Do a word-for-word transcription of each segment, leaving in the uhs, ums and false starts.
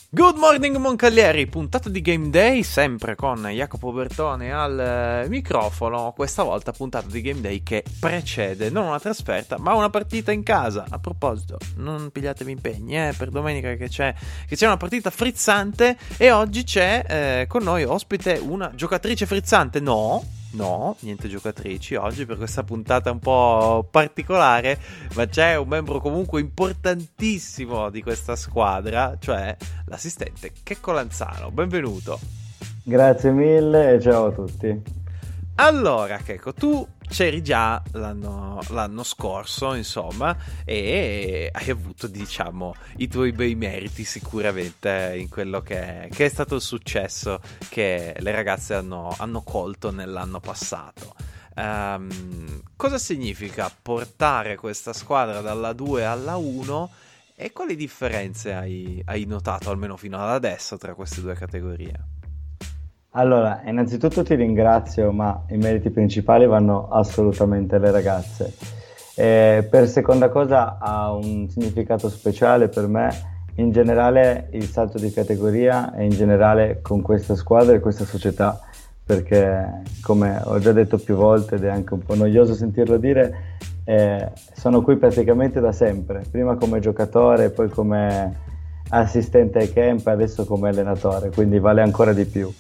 Good morning Moncalieri, puntata di Game Day, sempre con Jacopo Bertone al microfono, questa volta puntata di Game Day che precede non una trasferta ma una partita in casa. A proposito, non pigliatevi impegni eh, per domenica che c'è, che c'è una partita frizzante e oggi c'è eh, con noi ospite una giocatrice frizzante, no? No, niente giocatrici oggi per questa puntata un po' particolare, ma c'è un membro comunque importantissimo di questa squadra, cioè l'assistente Checco Lanzano. Benvenuto. Grazie mille e ciao a tutti. Allora Checco, tu c'eri già l'anno, l'anno scorso, insomma, e hai avuto, diciamo, i tuoi bei meriti sicuramente in quello che, che è stato il successo che le ragazze hanno, hanno colto nell'anno passato. Um, cosa significa portare questa squadra dalla due alla uno e quali differenze hai, hai notato, almeno fino ad adesso, tra queste due categorie? Allora, innanzitutto ti ringrazio, ma i meriti principali vanno assolutamente alle ragazze. Eh, per seconda cosa ha un significato speciale per me, in generale il salto di categoria e in generale con questa squadra e questa società, perché come ho già detto più volte ed è anche un po' noioso sentirlo dire, eh, sono qui praticamente da sempre, prima come giocatore, poi come assistente ai camp, adesso come allenatore, quindi vale ancora di più.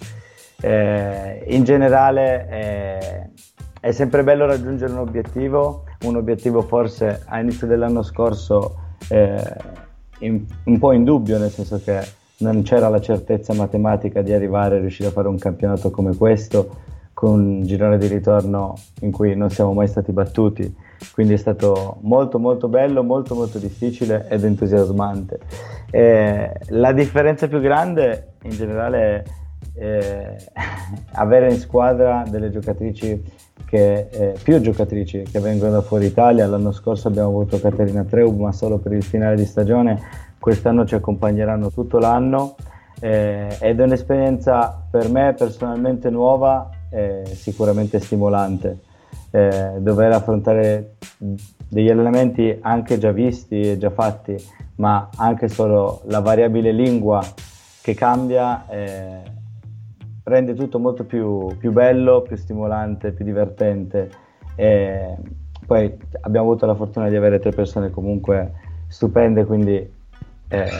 Eh, in generale eh, è sempre bello raggiungere un obiettivo, un obiettivo forse a inizio dell'anno scorso eh, in, un po' in dubbio, nel senso che non c'era la certezza matematica di arrivare a riuscire a fare un campionato come questo, con un girone di ritorno in cui non siamo mai stati battuti, quindi è stato molto molto bello, molto molto difficile ed entusiasmante. Eh, la differenza più grande in generale è Eh, avere in squadra delle giocatrici che eh, più giocatrici che vengono da fuori Italia. L'anno scorso abbiamo avuto Caterina Treub, ma solo per il finale di stagione. Quest'anno ci accompagneranno tutto l'anno eh, ed è un'esperienza per me personalmente nuova e sicuramente stimolante. Eh, dover affrontare degli allenamenti anche già visti e già fatti, ma anche solo la variabile lingua che cambia eh, rende tutto molto più, più bello, più stimolante, più divertente. E poi abbiamo avuto la fortuna di avere tre persone comunque stupende, quindi eh,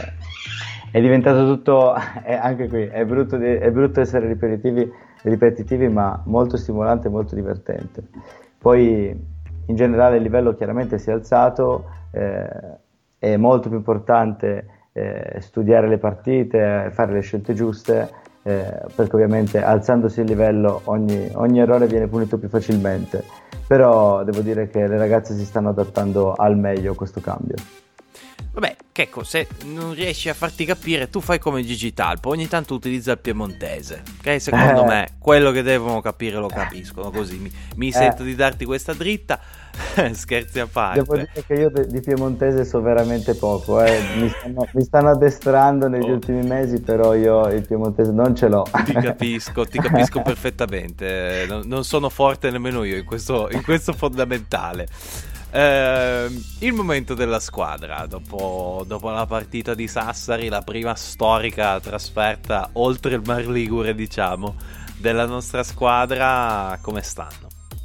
è diventato tutto, eh, anche qui è brutto, di, è brutto essere ripetitivi, ripetitivi, ma molto stimolante e molto divertente. Poi in generale il livello chiaramente si è alzato, eh, è molto più importante eh, studiare le partite, fare le scelte giuste, Eh, perché ovviamente alzandosi il livello ogni, ogni errore viene punito più facilmente, però devo dire che le ragazze si stanno adattando al meglio a questo cambio. Vabbè, Checco, se non riesci a farti capire, tu fai come Gigi Talpo, ogni tanto utilizza il piemontese, ok? Secondo eh. me, quello che devono capire lo capiscono, così mi, mi eh. sento di darti questa dritta, scherzi a parte. Devo dire che io di piemontese so veramente poco, eh. mi, stanno, mi stanno addestrando negli oh. ultimi mesi, però io il piemontese non ce l'ho. Ti capisco, ti capisco perfettamente, non, non sono forte nemmeno io in questo, in questo fondamentale. Uh, il momento della squadra dopo, dopo la partita di Sassari, la prima storica trasferta oltre il Mar Ligure, diciamo, della nostra squadra, come stanno?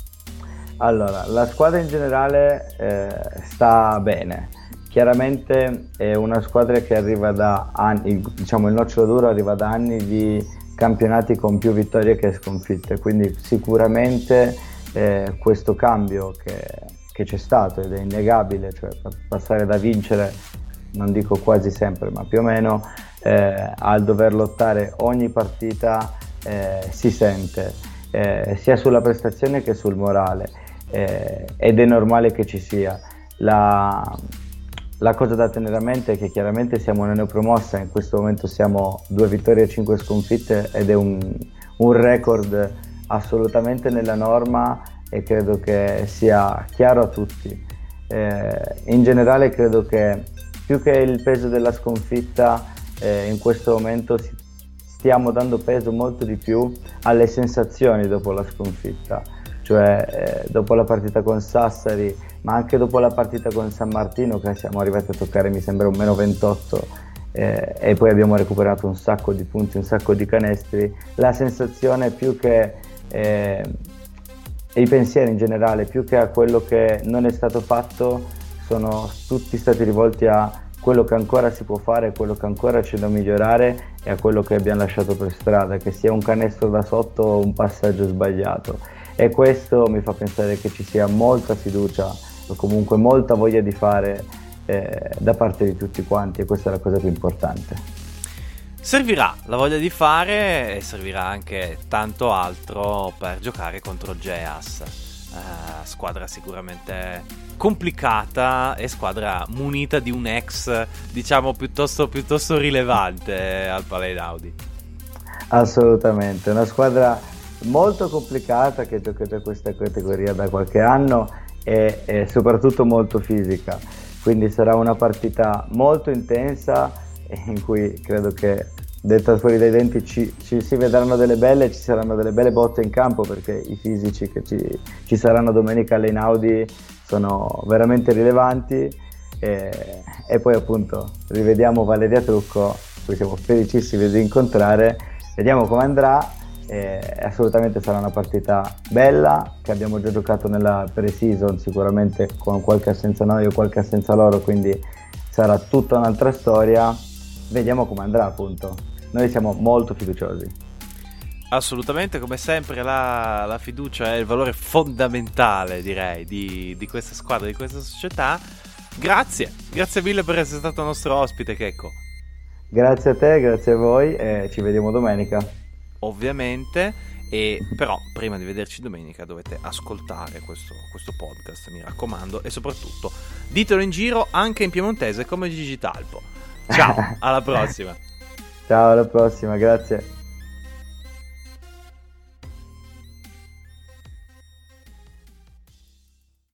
Allora, la squadra in generale eh, sta bene. Chiaramente è una squadra che arriva da anni, diciamo il nocciolo duro arriva da anni di campionati con più vittorie che sconfitte, quindi sicuramente eh, questo cambio che che c'è stato ed è innegabile, cioè passare da vincere, non dico quasi sempre, ma più o meno, eh, al dover lottare ogni partita eh, si sente, eh, sia sulla prestazione che sul morale, eh, ed è normale che ci sia. La, la cosa da tenere a mente è che chiaramente siamo una neopromossa, in questo momento siamo due vittorie e cinque sconfitte ed è un, un record assolutamente nella norma e credo che sia chiaro a tutti. Eh, in generale credo che più che il peso della sconfitta eh, in questo momento stiamo dando peso molto di più alle sensazioni dopo la sconfitta, cioè eh, dopo la partita con Sassari, ma anche dopo la partita con San Martino, che siamo arrivati a toccare mi sembra un meno ventotto, eh, e poi abbiamo recuperato un sacco di punti, un sacco di canestri. La sensazione più che eh, e i pensieri in generale, più che a quello che non è stato fatto, sono tutti stati rivolti a quello che ancora si può fare, quello che ancora c'è da migliorare e a quello che abbiamo lasciato per strada, che sia un canestro da sotto o un passaggio sbagliato. E questo mi fa pensare che ci sia molta fiducia o comunque molta voglia di fare eh, da parte di tutti quanti, e questa è la cosa più importante. Servirà la voglia di fare e servirà anche tanto altro per giocare contro Geas, eh, squadra sicuramente complicata e squadra munita di un ex, diciamo, piuttosto, piuttosto rilevante al Palais Audi. Assolutamente, una squadra molto complicata che gioca già questa categoria da qualche anno e, e soprattutto molto fisica, quindi sarà una partita molto intensa in cui credo che, detta fuori dai denti, ci, ci si vedranno delle belle, ci saranno delle belle botte in campo, perché i fisici che ci, ci saranno domenica all'Einaudi sono veramente rilevanti, e, e poi appunto rivediamo Valeria Trucco, cui siamo felicissimi di incontrare, vediamo come andrà. E assolutamente sarà una partita bella, che abbiamo già giocato nella pre-season, sicuramente con qualche assenza noi o qualche assenza loro, quindi sarà tutta un'altra storia. Vediamo come andrà, appunto. Noi siamo molto fiduciosi. Assolutamente, come sempre la, la fiducia è il valore fondamentale, direi, di, di questa squadra, di questa società. Grazie, grazie mille per essere stato nostro ospite, Checco. Grazie a te, grazie a voi e ci vediamo domenica. Ovviamente, e però prima di vederci domenica dovete ascoltare questo, questo podcast, mi raccomando, e soprattutto ditelo in giro anche in piemontese come Gigi Talpo. Ciao, alla prossima. Ciao, alla prossima, grazie.